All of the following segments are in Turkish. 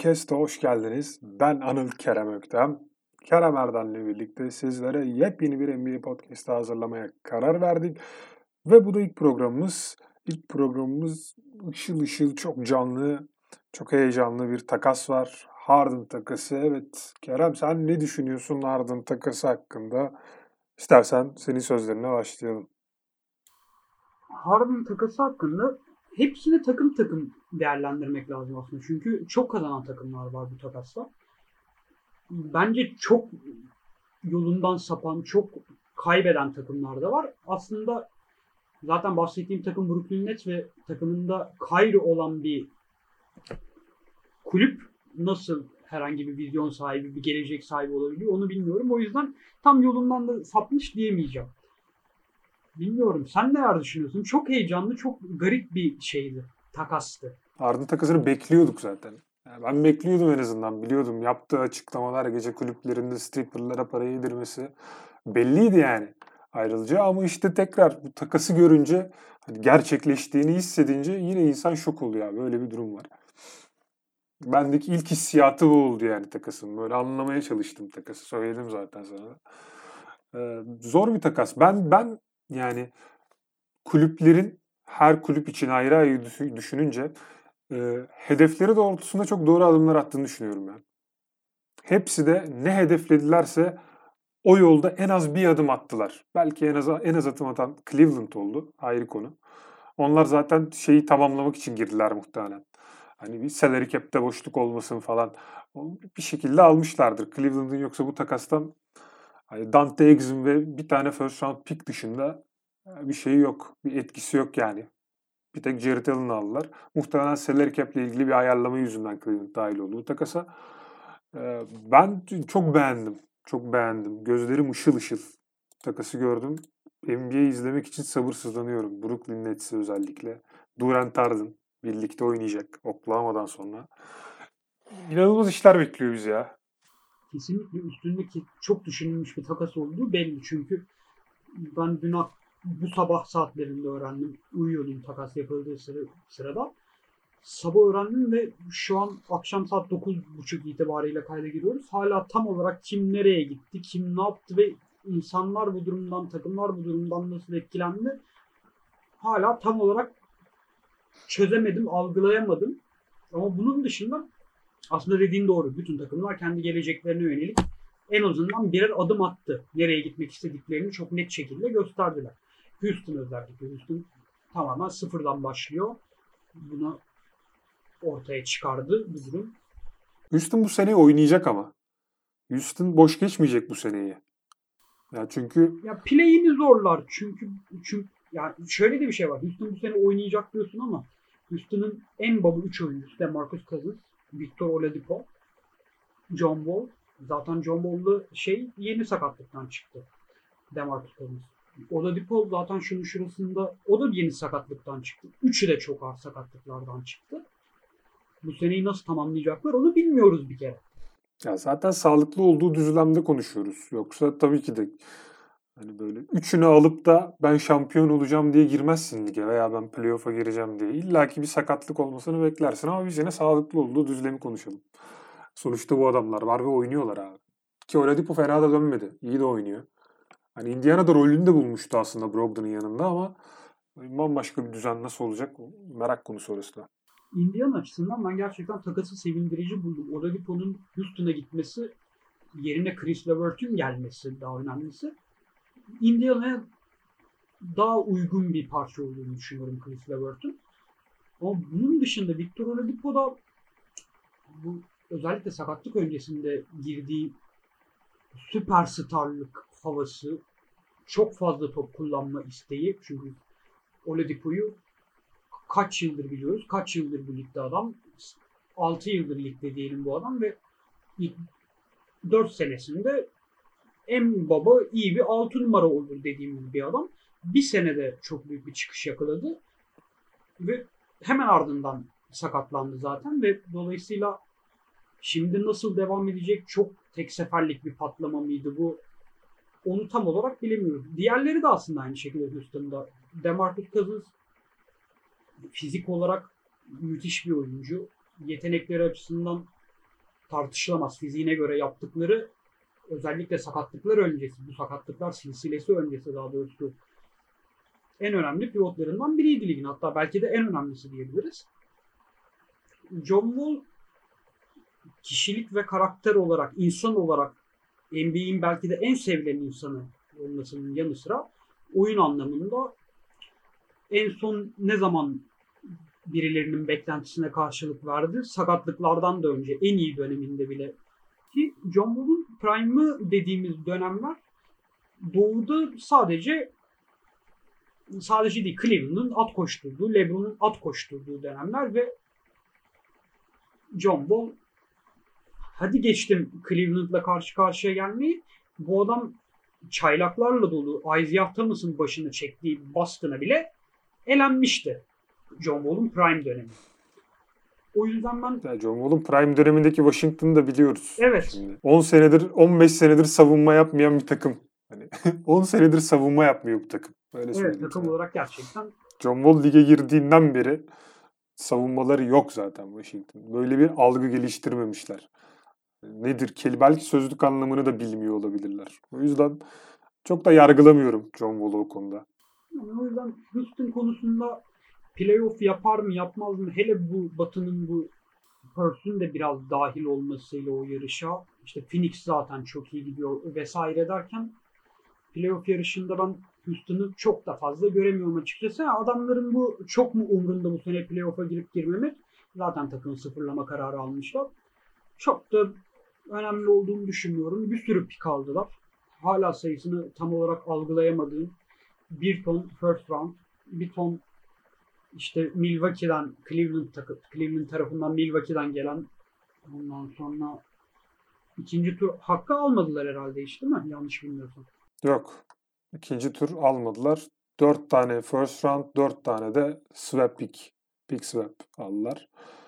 Podcast'a hoş geldiniz. Ben Anıl Kerem Öktem. Kerem Erden'le birlikte sizlere yepyeni bir NBA Podcast'ı hazırlamaya karar verdik. Ve bu da ilk programımız. İlk programımız ışıl ışıl, çok canlı, çok heyecanlı bir takas var. Harden takası. Evet, Kerem sen ne düşünüyorsun Harden takası hakkında? İstersen senin sözlerine başlayalım. Harden takası hakkında hepsini takım takım değerlendirmek lazım aslında. Çünkü çok kazanan takımlar var bu takasla. Bence çok yolundan sapan, çok kaybeden takımlar da var. Aslında zaten bahsettiğim takım Brooklyn Nets ve takımında Kyrie olan bir kulüp nasıl herhangi bir vizyon sahibi, bir gelecek sahibi olabiliyor onu bilmiyorum. O yüzden tam yolundan da sapmış diyemeyeceğim. Bilmiyorum. Sen neler düşünüyorsun? Çok heyecanlı, çok garip bir şeydi. Takastı. Harden takasını bekliyorduk zaten. Yani ben bekliyordum en azından. Biliyordum yaptığı açıklamalar, gece kulüplerinde stripperlara para yedirmesi belliydi yani ayrılacağı. Ama işte tekrar bu takası görünce, hani gerçekleştiğini hissedince yine insan şok oluyor abi. Böyle bir durum var. Bendeki ilk hissiyatı bu oldu yani takasın. Böyle anlamaya çalıştım takası. Söyledim zaten sana. Zor bir takas. Ben yani kulüplerin, her kulüp için ayrı ayrı düşününce hedefleri doğrultusunda çok doğru adımlar attığını düşünüyorum ben. Hepsi de ne hedefledilerse o yolda en az bir adım attılar. Belki en az adım atan Cleveland oldu. Ayrı konu. Onlar zaten şeyi tamamlamak için girdiler muhtemelen. Hani bir salary cap'te boşluk olmasın falan. Bir şekilde almışlardır. Cleveland'ın yoksa bu takastan hani Dante Exum ve bir tane first round pick dışında bir şey yok. Bir etkisi yok yani. Bir tek Jared Allen'ı aldılar. Muhtemelen salary cap ile ilgili bir ayarlama yüzünden Cleveland dahil oldu bu takasa. Ben çok beğendim. Çok beğendim. Gözlerim ışıl ışıl. Takası gördüm. NBA izlemek için sabırsızlanıyorum. Brooklyn Nets'i özellikle. Durant Harden birlikte oynayacak Oklahoma'dan sonra. İnanılmaz işler bekliyor bizi ya. Kesinlikle üstündeki çok düşünülmüş bir takas olduğu belli. Çünkü ben dün bu sabah saatlerinde öğrendim. Uyuyordum takas yapıldığı sırada. Sabah öğrendim ve şu an akşam saat 9.30 itibariyle kayda giriyoruz. Hala tam olarak kim nereye gitti, kim ne yaptı ve insanlar bu durumdan, takımlar bu durumdan nasıl etkilendi hala tam olarak çözemedim, algılayamadım. Ama bunun dışında aslında dediğin doğru. Bütün takımlar kendi geleceklerine yönelik en azından birer adım attı. Nereye gitmek istediklerini çok net şekilde gösterdiler. Houston özellikle. Houston tamamen sıfırdan başlıyor. Bunu ortaya çıkardı bu durum. Houston bu sene oynayacak ama. Houston boş geçmeyecek bu seneyi. Ya çünkü Play'ini zorlar çünkü yani şöyle de bir şey var. Houston bu sene oynayacak diyorsun ama Houston'ın en baba 3 oyuncusu DeMarcus Cousins, Victor Oladipo, John Wall. Zaten John Wall'lı yeni sakatlıktan çıktı. DeMarcus Cousins. Oladipo zaten şunun şurasında o da yeni sakatlıktan çıktı. Üçü de çok ağır sakatlıklardan çıktı. Bu seneyi nasıl tamamlayacaklar onu bilmiyoruz bir kere. ya zaten sağlıklı olduğu düzlemde konuşuyoruz. Yoksa tabii ki de hani böyle üçünü alıp da ben şampiyon olacağım diye girmezsin lige veya ben playoff'a gireceğim diye. İlla ki bir sakatlık olmasını beklersin ama biz yine sağlıklı olduğu düzlemi konuşalım. Sonuçta bu adamlar var ve oynuyorlar abi. Ki Oladipo fena da dönmedi. İyi de oynuyor. Hani Indiana'da rolünü de bulmuştu aslında Brogdon'un yanında ama bambaşka bir düzen nasıl olacak merak konusu orası da. Indiana açısından ben gerçekten takası sevindirici buldum. Oladipo'nun Houston'a gitmesi yerine Chris Levert'ün gelmesi daha önemlisi. Indiana'ya daha uygun bir parça olduğunu düşünüyorum Chris Levert'ün. Ama bunun dışında Victor Oladipo da bu özellikle sakatlık öncesinde girdiği süperstarlık havası, çok fazla top kullanma isteği. Çünkü Oladipo'yu kaç yıldır biliyoruz. Kaç yıldır bu ligde adam. 6 yıldır ligde diyelim bu adam ve ilk 4 senesinde en baba iyi bir 6 numara olur dediğimiz bir adam. Bir senede çok büyük bir çıkış yakaladı ve hemen ardından sakatlandı zaten ve dolayısıyla şimdi nasıl devam edecek, çok tek seferlik bir patlama mıydı bu, onu tam olarak bilemiyoruz. Diğerleri de aslında aynı şekilde Houston'da. DeMarcus Cousins fizik olarak müthiş bir oyuncu. Yetenekleri açısından tartışılamaz. Fiziğine göre yaptıkları, özellikle sakatlıklar öncesi, bu sakatlıklar silsilesi öncesi daha doğrusu en önemli pivotlarından biriydi ligin. Hatta belki de en önemlisi diyebiliriz. John Wall kişilik ve karakter olarak, insan olarak NBA'in belki de en sevilen insanı olmasının yanı sıra oyun anlamında en son ne zaman birilerinin beklentisine karşılık verdi? Sakatlıklardan da önce en iyi döneminde bile. Ki John Wall'un prime'ı dediğimiz dönemler Doğu'da sadece değil, Cleveland'ın at koşturduğu, LeBron'un at koşturduğu dönemler ve John Wall, hadi geçtim Cleveland'la karşı karşıya gelmeyi, bu adam çaylaklarla dolu Isaiah Thomas'ın başını çektiği Boston'a bile elenmişti. John Wall'un prime dönemi. O yüzden ben... Ya John Wall'un prime dönemindeki Washington'ı da biliyoruz. Evet. Şimdi 10 senedir, 15 senedir savunma yapmayan bir takım. Hani 10 senedir savunma yapmıyor bu takım. Öyle evet, takım sana. olarak gerçekten. John Wall lige girdiğinden beri savunmaları yok zaten Washington. Böyle bir algı geliştirmemişler. Nedir? Belki sözlük anlamını da bilmiyor olabilirler. O yüzden çok da yargılamıyorum John Wall'u o konuda. Yani o yüzden Houston konusunda playoff yapar mı yapmaz mı? Hele bu Batı'nın bu Perth'ün de biraz dahil olmasıyla o yarışa. İşte Phoenix zaten çok iyi gidiyor vesaire derken playoff yarışında ben Houston'ı çok da fazla göremiyorum açıkçası. Adamların bu çok mu umrunda bu sene playoff'a girip girmemek? Zaten takımı sıfırlama kararı almışlar. Çok da önemli olduğunu düşünmüyorum. Bir sürü pick aldılar. Hala sayısını tam olarak algılayamadığım bir ton first round, bir ton işte Milwaukee'den, Cleveland tarafından Milwaukee'den gelen, ondan sonra ikinci tur hakkı almadılar herhalde hiç, değil mi? Yanlış bilmiyorsam. Yok. İkinci tur almadılar. 4 tane first round, 4 tane de swap pick swap aldılar.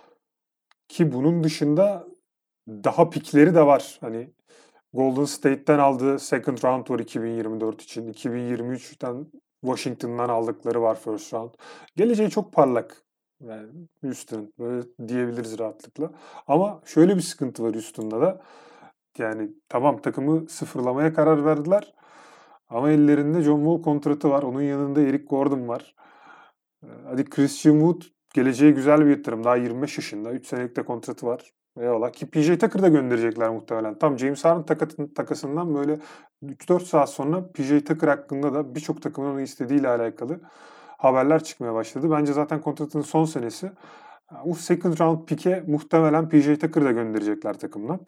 Ki bunun dışında daha pickleri de var. Hani Golden State'ten aldığı second round var 2024 için. 2023'ten Washington'dan aldıkları var first round. Geleceği çok parlak. Yani Houston'ın böyle diyebiliriz rahatlıkla. Ama şöyle bir sıkıntı var Houston'da da. Yani tamam takımı sıfırlamaya karar verdiler. Ama ellerinde John Wall kontratı var. Onun yanında Eric Gordon var. Hadi Christian Wood geleceğe güzel bir yatırım. Daha 25 yaşında. 3 senelik de kontratı var. Eyvallah. Ki PJ Tucker'ı da gönderecekler muhtemelen. Tam James Harden takasından böyle 3-4 saat sonra PJ Tucker hakkında da birçok takımın onu istediğiyle alakalı haberler çıkmaya başladı. Bence zaten kontratının son senesi. Bu second round pick'e muhtemelen PJ Tucker'ı da gönderecekler takımdan.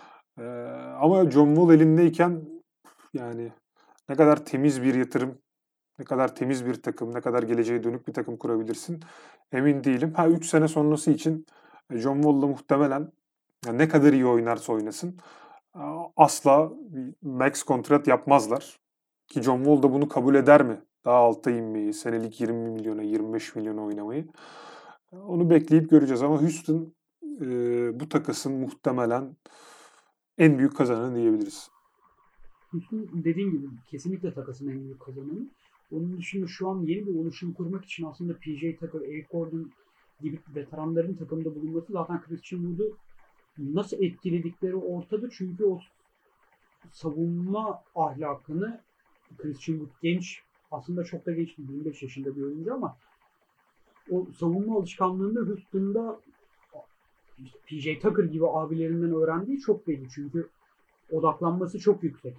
Ama John Wall elindeyken yani ne kadar temiz bir yatırım, ne kadar temiz bir takım, ne kadar geleceğe dönük bir takım kurabilirsin emin değilim. 3 sene sonrası için John Wall'la muhtemelen yani ne kadar iyi oynarsa oynasın asla max kontrat yapmazlar. Ki John Wall da bunu kabul eder mi? Daha alta inmeyi, senelik 20 milyona, 25 milyona oynamayı. Onu bekleyip göreceğiz ama Houston bu takasın muhtemelen en büyük kazananı diyebiliriz. Houston dediğim gibi kesinlikle takasın en büyük kazananı. Onun dışında şu an yeni bir oluşum kurmak için aslında PJ Tucker, Eric Gordon gibi veteranların takımda bulunması zaten Christian Wood'u nasıl etkiledikleri ortada. Çünkü o savunma ahlakını Christian Wood genç, aslında çok da genç değil, 25 yaşında bir oyuncu ama o savunma alışkanlığını Houston'da işte PJ Tucker gibi abilerinden öğrendiği çok belli. Çünkü odaklanması çok yüksek.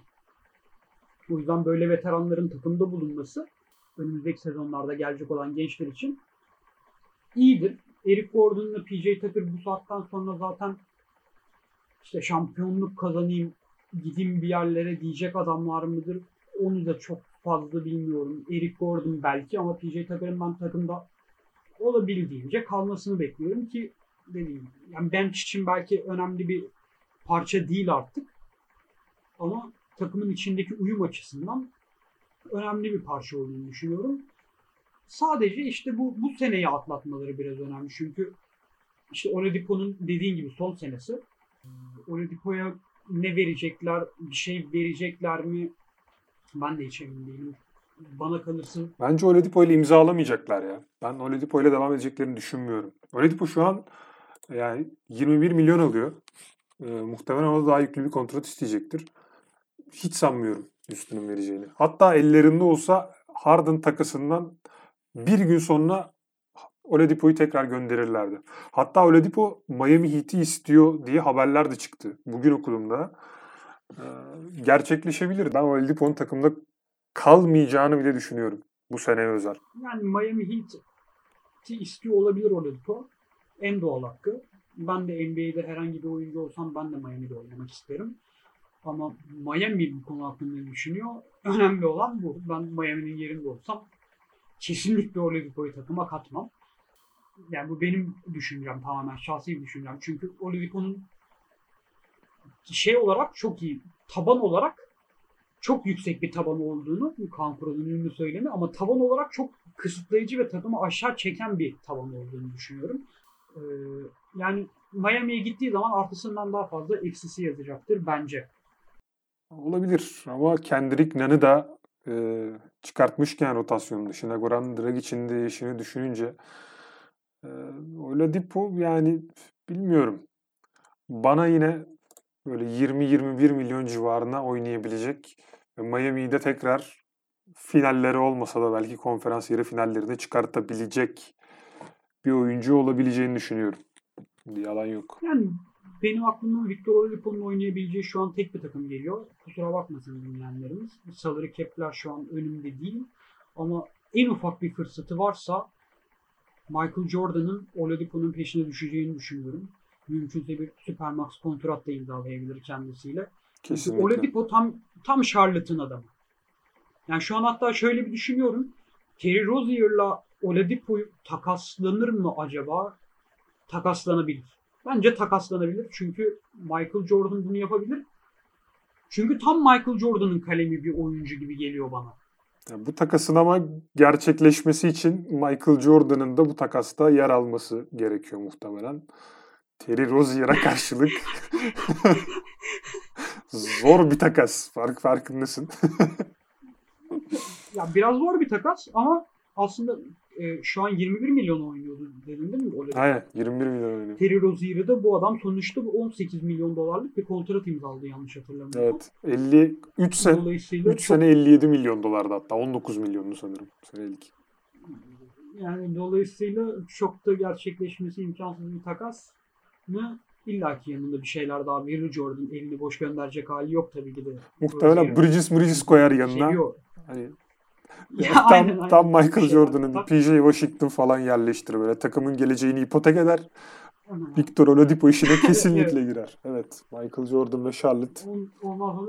O yüzden böyle veteranların takımda bulunması önümüzdeki sezonlarda gelecek olan gençler için iyidir. Eric Gordon'la PJ Tucker bu saatten sonra zaten işte şampiyonluk kazanayım, gideyim bir yerlere diyecek adamlar mıdır? Onu da çok fazla bilmiyorum. Eric Gordon belki ama PJ Tucker'ın ben takımda olabildiğince kalmasını bekliyorum ki dediğim gibi. Yani bench için belki önemli bir parça değil artık. Ama takımın içindeki uyum açısından önemli bir parça olduğunu düşünüyorum. Sadece işte bu seneyi atlatmaları biraz önemli. Çünkü işte Oladipo'nun dediğin gibi son senesi. Oladipo'ya ne verecekler, bir şey verecekler mi? Ben de hiç emin değilim. Bana kalırsa... Bence Oladipo ile imzalamayacaklar ya. Ben Oladipo ile devam edeceklerini düşünmüyorum. Oladipo şu an yani 21 milyon alıyor. Muhtemelen o da daha yüklü bir kontrat isteyecektir. Hiç sanmıyorum Houston'un vereceğini. Hatta ellerinde olsa Harden takasından bir gün sonra Oladipo'yu tekrar gönderirlerdi. Hatta Oladipo Miami Heat'i istiyor diye haberler de çıktı. Bugün okudum da. Ee, Gerçekleşebilir. Ben Oladipo'nun takımda kalmayacağını bile düşünüyorum. Bu sene özel. Yani Miami Heat'i istiyor olabilir Oladipo. En doğal hakkı. Ben de NBA'de herhangi bir oyuncu olsam ben de Miami'de oynamak isterim. Ama Miami bu konu hakkında ne düşünüyor? Önemli olan bu. Ben Miami'nin yerinde olsam kesinlikle Oladipo'yu takıma katmam. Yani bu benim düşüncem, tamamen şahsi bir düşüncem. Çünkü Oladipo'nun şey olarak çok iyi, taban olarak çok yüksek bir taban olduğunu, Kaan Kural'ın ünlü söylemi, ama taban olarak çok kısıtlayıcı ve takımı aşağı çeken bir taban olduğunu düşünüyorum. Ee, Yani Miami'ye gittiği zaman artısından daha fazla eksisi yazacaktır bence. Olabilir ama Kendrick Nunn'ı da çıkartmışken rotasyonun dışına Goran Dragic'in de işini düşününce e, Oladipo yani bilmiyorum. Bana yine böyle 20-21 milyon civarına oynayabilecek ve Miami'yi de tekrar finalleri olmasa da belki konferans yarı finallerine çıkartabilecek bir oyuncu olabileceğini düşünüyorum. Yalan yok. Yani benim aklıma Victor Oladipo'nun oynayabileceği şu an tek bir takım geliyor. Kusura bakmasın dinleyenlerimiz. Salary cap'ler şu an önümde değil. Ama en ufak bir fırsatı varsa Michael Jordan'ın Oladipo'nun peşine düşeceğini düşünüyorum. Mümkünse bir Supermax kontrat da imzalayabilir kendisiyle. Çünkü Kesinlikle. Oladipo tam Charlotte'ın adamı. Yani şu an hatta şöyle bir düşünüyorum. Terry Rozier'la Oladipo takaslanır mı acaba? Takaslanabilir. Bence takaslanabilir. Çünkü Michael Jordan bunu yapabilir. Çünkü tam Michael Jordan'ın kalemi bir oyuncu gibi geliyor bana. Yani bu takasın ama gerçekleşmesi için Michael Jordan'ın da bu takasta yer alması gerekiyor muhtemelen. Terry Rozier'a karşılık zor bir takas. Farkındasın. Ya biraz zor bir takas ama aslında şu an 21 milyon oynuyordu dedin değil mi Oladipo? Aynen 21 milyon oynuyor. Terry Rozier'e de bu adam sonuçta 18 milyon dolarlık bir kontrat imzaladı yanlış hatırlamıyorsam. Evet. 53 sene Dolayısıyla 3 çok, sene 57 milyon dolardı hatta. 19 milyonlu sanırım senelik. yani dolayısıyla çok da gerçekleşmesi imkansız bir takas mı? İlla ki yanında bir şeyler daha verir Jordan. Elini boş gönderecek hali yok tabii ki de Muhtemelen Rozier'in. Bridges Çünkü koyar seviyor. yanına. Hani Ya tam aynen bir Michael şeyler Jordan'ın katar. PJ Washington falan yerleştirir böyle. Takımın geleceğini ipotek eder. Victor Oladipo işine Evet. kesinlikle girer. Evet. Michael Jordan ve Charlotte. Ondan sonra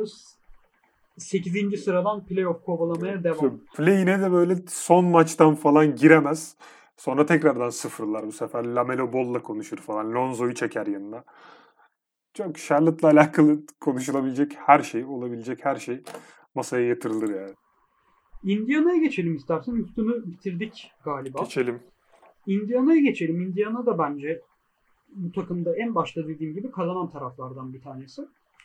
8. sıradan playoff kovalamaya devam. Play-in'e de böyle son maçtan falan giremez. Sonra tekrardan sıfırlar. Bu sefer Lamelo Ball'la konuşur falan. Lonzo'yu çeker yanına. Çok Charlotte'la alakalı konuşulabilecek her şey, olabilecek her şey masaya yatırılır yani. Indiana'ya geçelim istersen. Üstünü bitirdik galiba. Geçelim. Indiana'ya geçelim. Indiana da bence bu takımda en başta dediğim gibi kazanan taraflardan bir tanesi.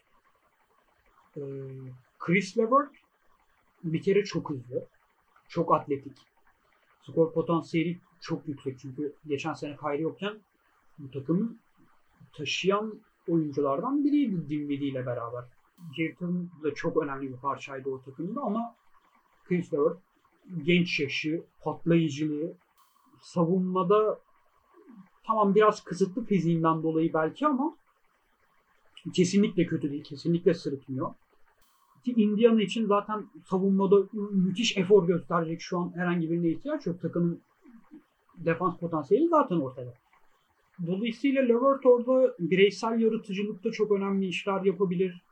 Ee, Chris Levert bir kere çok hızlı, çok atletik. Skor potansiyeli çok yüksek çünkü geçen sene Kyrie yokken bu takımı taşıyan oyunculardan biriydi Dinwiddie ile beraber. Jared Allen da çok önemli bir parçaydı o takımda ama Chris Levert genç yaşı, patlayıcılığı, savunmada tamam biraz kısıtlı fiziğinden dolayı belki ama kesinlikle kötü değil, kesinlikle sırıtmıyor. Ki Indiana için zaten savunmada müthiş efor gösterecek şu an herhangi birine ihtiyaç yok. Takımın defans potansiyeli zaten ortada. Dolayısıyla Levert orada bireysel yaratıcılıkta çok önemli işler yapabilir.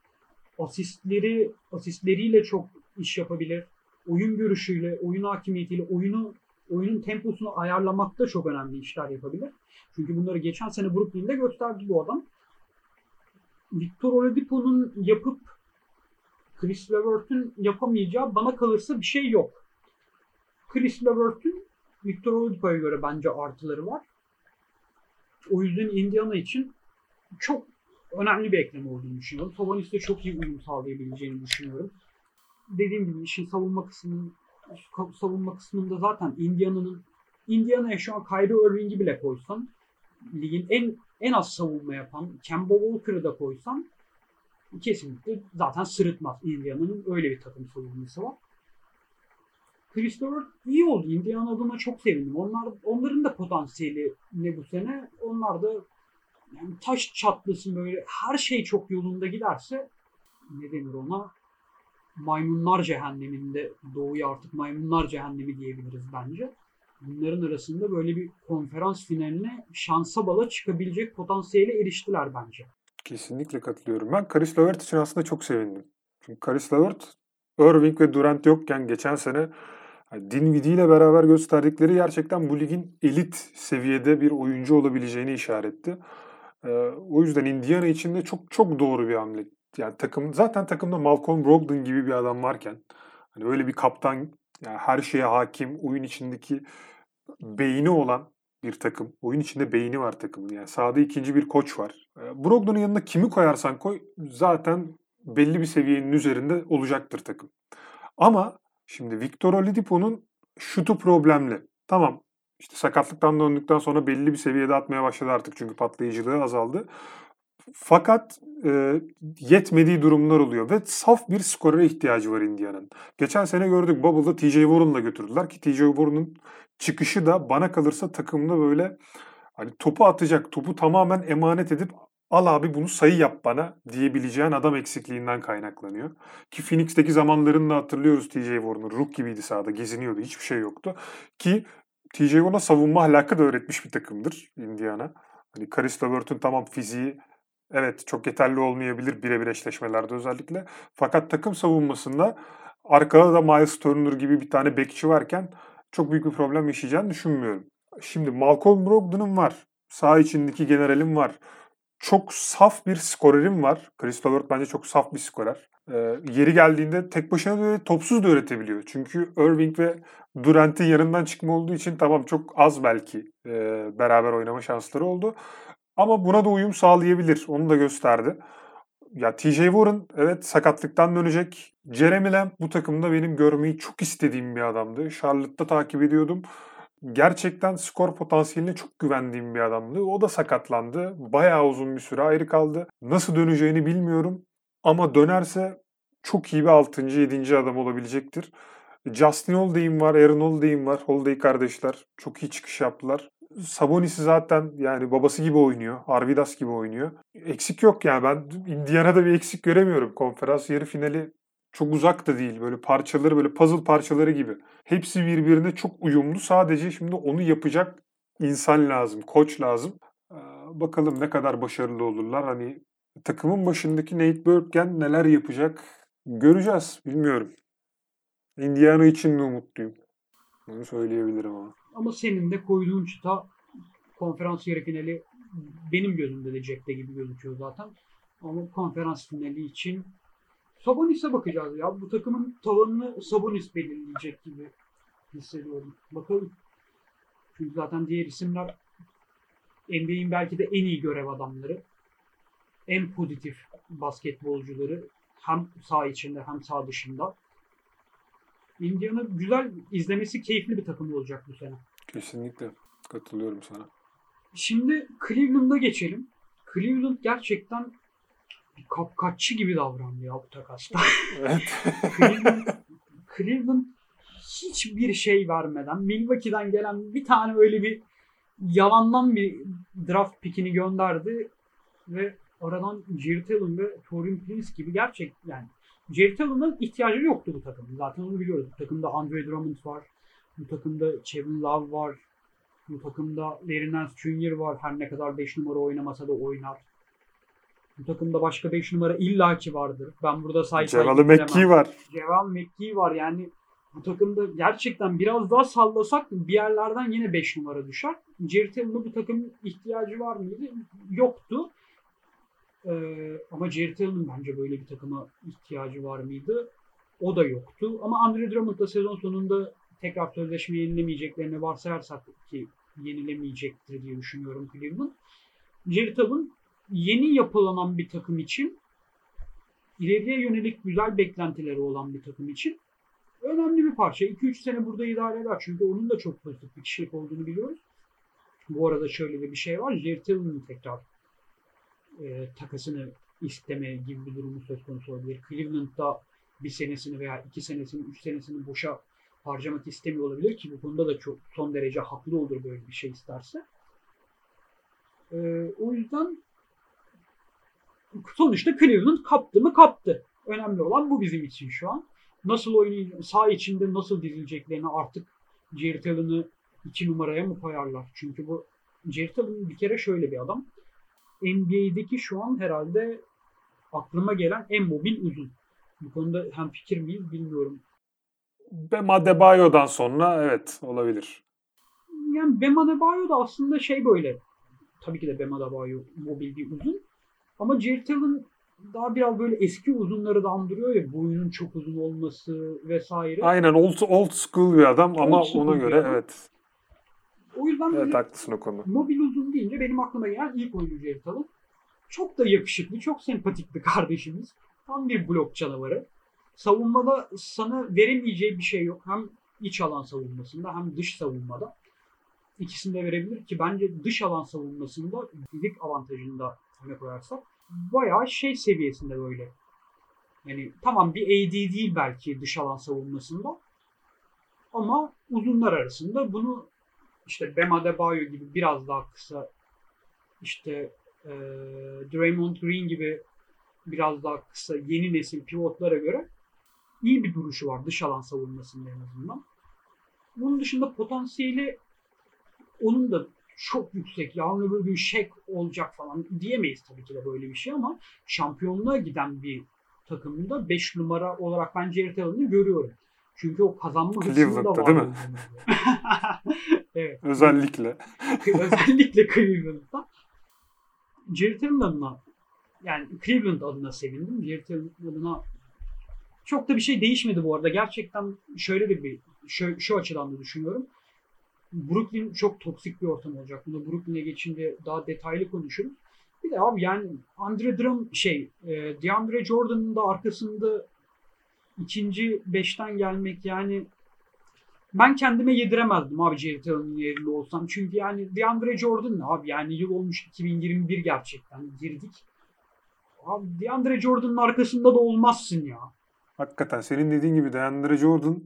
Asistleriyle çok iş yapabilir. Oyun görüşüyle, oyun hakimiyetiyle, oyunun temposunu ayarlamakta çok önemli işler yapabilir. Çünkü bunları geçen sene Brooklyn'de gösterdi bu adam. Victor Oladipo'nun yapıp Chris Levert'ün yapamayacağı bana kalırsa bir şey yok. Chris Levert'ün Victor Oladipo'ya göre bence artıları var. O yüzden Indiana için çok önemli bir ekleme olduğunu düşünüyorum. Sabonis'le çok iyi uyum sağlayabileceğini düşünüyorum. Dediğim gibi işin savunma kısmında zaten Indiana'ya şu an Kyrie Irving'i bile koysan ligin en az savunma yapan Kemba Walker'ı da koysan kesinlikle zaten sırıtmaz. Indiana'nın öyle bir takım savunması var. Chris Levert iyi oldu. Indiana adına çok sevindim. Onların da potansiyeli ne bu sene? Onlar da yani taş çatlasın böyle her şey çok yolunda giderse ne denir ona? Maymunlar cehenneminde doğuya artık maymunlar cehennemi diyebiliriz bence. Bunların arasında böyle bir konferans finaline şansa bala çıkabilecek potansiyele eriştiler bence. Kesinlikle katılıyorum. Ben Caris LeVert için aslında çok sevindim. Çünkü Caris LeVert, Irving ve Durant yokken geçen sene Dinwiddie ile beraber gösterdikleri gerçekten bu ligin elit seviyede bir oyuncu olabileceğini işaretti. O yüzden Indiana için de çok çok doğru bir hamle. Yani zaten takımda Malcolm Brogdon gibi bir adam varken hani öyle bir kaptan, yani her şeye hakim, oyun içindeki beyni olan bir takım. Oyun içinde beyni var takımın. Yani sahada ikinci bir koç var. Brogdon'un yanına kimi koyarsan koy zaten belli bir seviyenin üzerinde olacaktır takım. Ama şimdi Victor Oladipo'nun şutu problemli. Tamam. İşte sakatlıktan döndükten sonra belli bir seviyede atmaya başladı artık çünkü patlayıcılığı azaldı. Fakat yetmediği durumlar oluyor ve saf bir skorere ihtiyacı var Indiana'nın. Geçen sene gördük, Bubble'da TJ Warren'la götürdüler ki TJ Warren'ın çıkışı da bana kalırsa takımda böyle hani topu atacak, topu tamamen emanet edip al abi bunu sayı yap bana diyebileceğin adam eksikliğinden kaynaklanıyor. Ki Phoenix'teki zamanlarını da hatırlıyoruz TJ Warren'ın. Rook gibiydi sahada, geziniyordu, hiçbir şey yoktu. Ki TJ Warren'a savunma ahlakı da öğretmiş bir takımdır Indiana. Hani Caris LeVert'ün tamam fiziği evet çok yeterli olmayabilir birebir eşleşmelerde özellikle. Fakat takım savunmasında arkada da Miles Turner gibi bir tane bekçi varken çok büyük bir problem yaşayacağını düşünmüyorum. Şimdi Malcolm Brogdon'un var. Sağ içindeki generalim var. Çok saf bir skorerim var. Chris Levert bence çok saf bir skorer. Yeri geldiğinde tek başına da topsuz da üretebiliyor. Çünkü Irving ve Durant'in yanından çıkma olduğu için tamam çok az belki beraber oynama şansları oldu. Ama buna da uyum sağlayabilir. Onu da gösterdi. Ya TJ Warren evet sakatlıktan dönecek. Jeremy Lamb bu takımda benim görmeyi çok istediğim bir adamdı. Charlotte'da takip ediyordum. Gerçekten skor potansiyeline çok güvendiğim bir adamdı. O da sakatlandı. Bayağı uzun bir süre ayrı kaldı. Nasıl döneceğini bilmiyorum. Ama dönerse çok iyi bir 6. 7. adam olabilecektir. Justin Holiday'im var, Aaron Holiday'im var. Holiday kardeşler çok iyi çıkış yaptılar. Sabonis'i zaten yani babası gibi oynuyor. Arvidas gibi oynuyor. Eksik yok yani. Ben Indiana'da bir eksik göremiyorum. Konferans yarı finali çok uzak da değil. Böyle parçaları, böyle puzzle parçaları gibi. Hepsi birbirine çok uyumlu. Sadece şimdi onu yapacak insan lazım, koç lazım. Bakalım ne kadar başarılı olurlar. Hani takımın başındaki Nate Burke neler yapacak göreceğiz. Bilmiyorum. Indiana için de umutluyum. Bunu söyleyebilirim ama. Ama senin de koyduğun çıta konferans yarı finali benim gözümde de cepte gibi gözüküyor zaten. Ama konferans finali için Sabonis'e bakacağız ya. Bu takımın tavanını Sabonis belirleyecek gibi hissediyorum. Bakalım. Çünkü zaten diğer isimler NBA'in belki de en iyi görev adamları. En pozitif basketbolcuları. Hem saha içinde hem saha dışında. Indiana güzel, izlemesi keyifli bir takım olacak bu sene. Kesinlikle katılıyorum sana. Şimdi Cleveland'a geçelim. Cleveland gerçekten bir kapkaççı gibi davrandı ya bu takasta. Evet. Cleveland hiçbir şey vermeden Milwaukee'den gelen bir tane öyle bir yalandan bir draft pickini gönderdi ve aradan Jarrett Allen ve Taurean Prince gibi yani Jarrett Allen'ın ihtiyacı yoktu bu takımın. Zaten onu biliyoruz. Bu takımda Andre Drummond var. Bu takımda Kevin Love var. Bu takımda Larry Nance Jr. var. Her ne kadar 5 numara oynamasa da oynar. Bu takımda başka 5 numara illaki vardır. Ben burada Cevalı McKee var. Ceval McKee var. Yani bu takımda gerçekten biraz daha sallasak bir yerlerden yine 5 numara düşer. Jarrett Allen'a bu takımın ihtiyacı var mıydı? Yoktu. Ama Jarrett Allen'ın bence böyle bir takıma ihtiyacı var mıydı? O da yoktu. Ama Andre Drummond da sezon sonunda tekrar sözleşme yenilemeyeceklerini varsayarsak ki yenilemeyecektir diye düşünüyorum Cleveland. Jarrett Allen yeni yapılanan bir takım için, ileriye yönelik güzel beklentileri olan bir takım için önemli bir parça. 2-3 sene burada idare eder. Çünkü onun da çok pozitif bir kişilik olduğunu biliyoruz. Bu arada şöyle de bir şey var. Jared Allen'ın tekrar takasını isteme gibi bir durumu söz konusu olabilir. Cleveland'da bir senesini veya 2 senesini, 3 senesini boşa harcamak istemiyor olabilir ki bu konuda da çok son derece haklı olur böyle bir şey isterse. O yüzden sonuçta Cleveland kaptı mı kaptı. Önemli olan bu bizim için şu an. Nasıl oynayacak, sağ içinde nasıl dizileceklerini artık Jared Allen'ı 2 numaraya mı koyarlar? Çünkü bu Jared Allen bir kere şöyle bir adam. NBA'deki şu an herhalde aklıma gelen en mobil uzun. Bu konuda hemfikir miyiz bilmiyorum. Bam Adebayo'dan sonra evet olabilir. Yani Bam Adebayo da aslında şey böyle. Tabii ki de Bam Adebayo mobil bir uzun. Ama Jared Allen daha biraz böyle eski uzunları da andırıyor ya. Boyunun çok uzun olması vesaire. Aynen old school bir adam Old ama ona school bir göre adam. evet. O yüzden Evet böyle haklısın o konuda. mobil uzun deyince benim aklıma gelen ilk oyuncu Jared Allen. Çok da yakışıklı, çok sempatik bir kardeşimiz. Tam bir blok canavarı. Savunmada sana veremeyeceği bir şey yok. Hem iç alan savunmasında hem dış savunmada. İkisini de verebilir ki bence dış alan savunmasında fizik avantajını da öne koyarsak bayağı şey seviyesinde böyle. Yani tamam bir AD değil belki dış alan savunmasında ama uzunlar arasında bunu işte Bam Adebayo gibi biraz daha kısa işte e, Draymond Green gibi biraz daha kısa yeni nesil pivotlara göre iyi bir duruşu var dış alan savunmasında en azından. Bunun dışında potansiyeli onun da çok yüksek. Yarın öbür gün Shaq olacak falan diyemeyiz tabii ki de böyle bir şey ama şampiyonluğa giden bir takımda 5 numara olarak ben Jared Allen'ı görüyorum. Çünkü o kazanma hırsının da Cleveland'da var değil mi? olduğunu. Evet. Özellikle. Özellikle Cleveland'da. Jared Allen adına yani Cleveland adına sevindim. Jared Allen adına çok da bir şey değişmedi bu arada. Gerçekten şöyle de şu açıdan da düşünüyorum. Brooklyn çok toksik bir ortam olacak. Bunu Brooklyn'e geçince daha detaylı konuşuruz. Bir de abi yani DeAndre Jordan'ın da arkasında ikinci beşten gelmek yani ben kendime yediremezdim abi Jared Allen'ın yerinde olsam. Çünkü yani DeAndre Jordan ne abi yani yıl olmuş 2021 gerçekten girdik. Abi DeAndre Jordan'ın arkasında da olmazsın ya. Hakikaten senin dediğin gibi DeAndre Jordan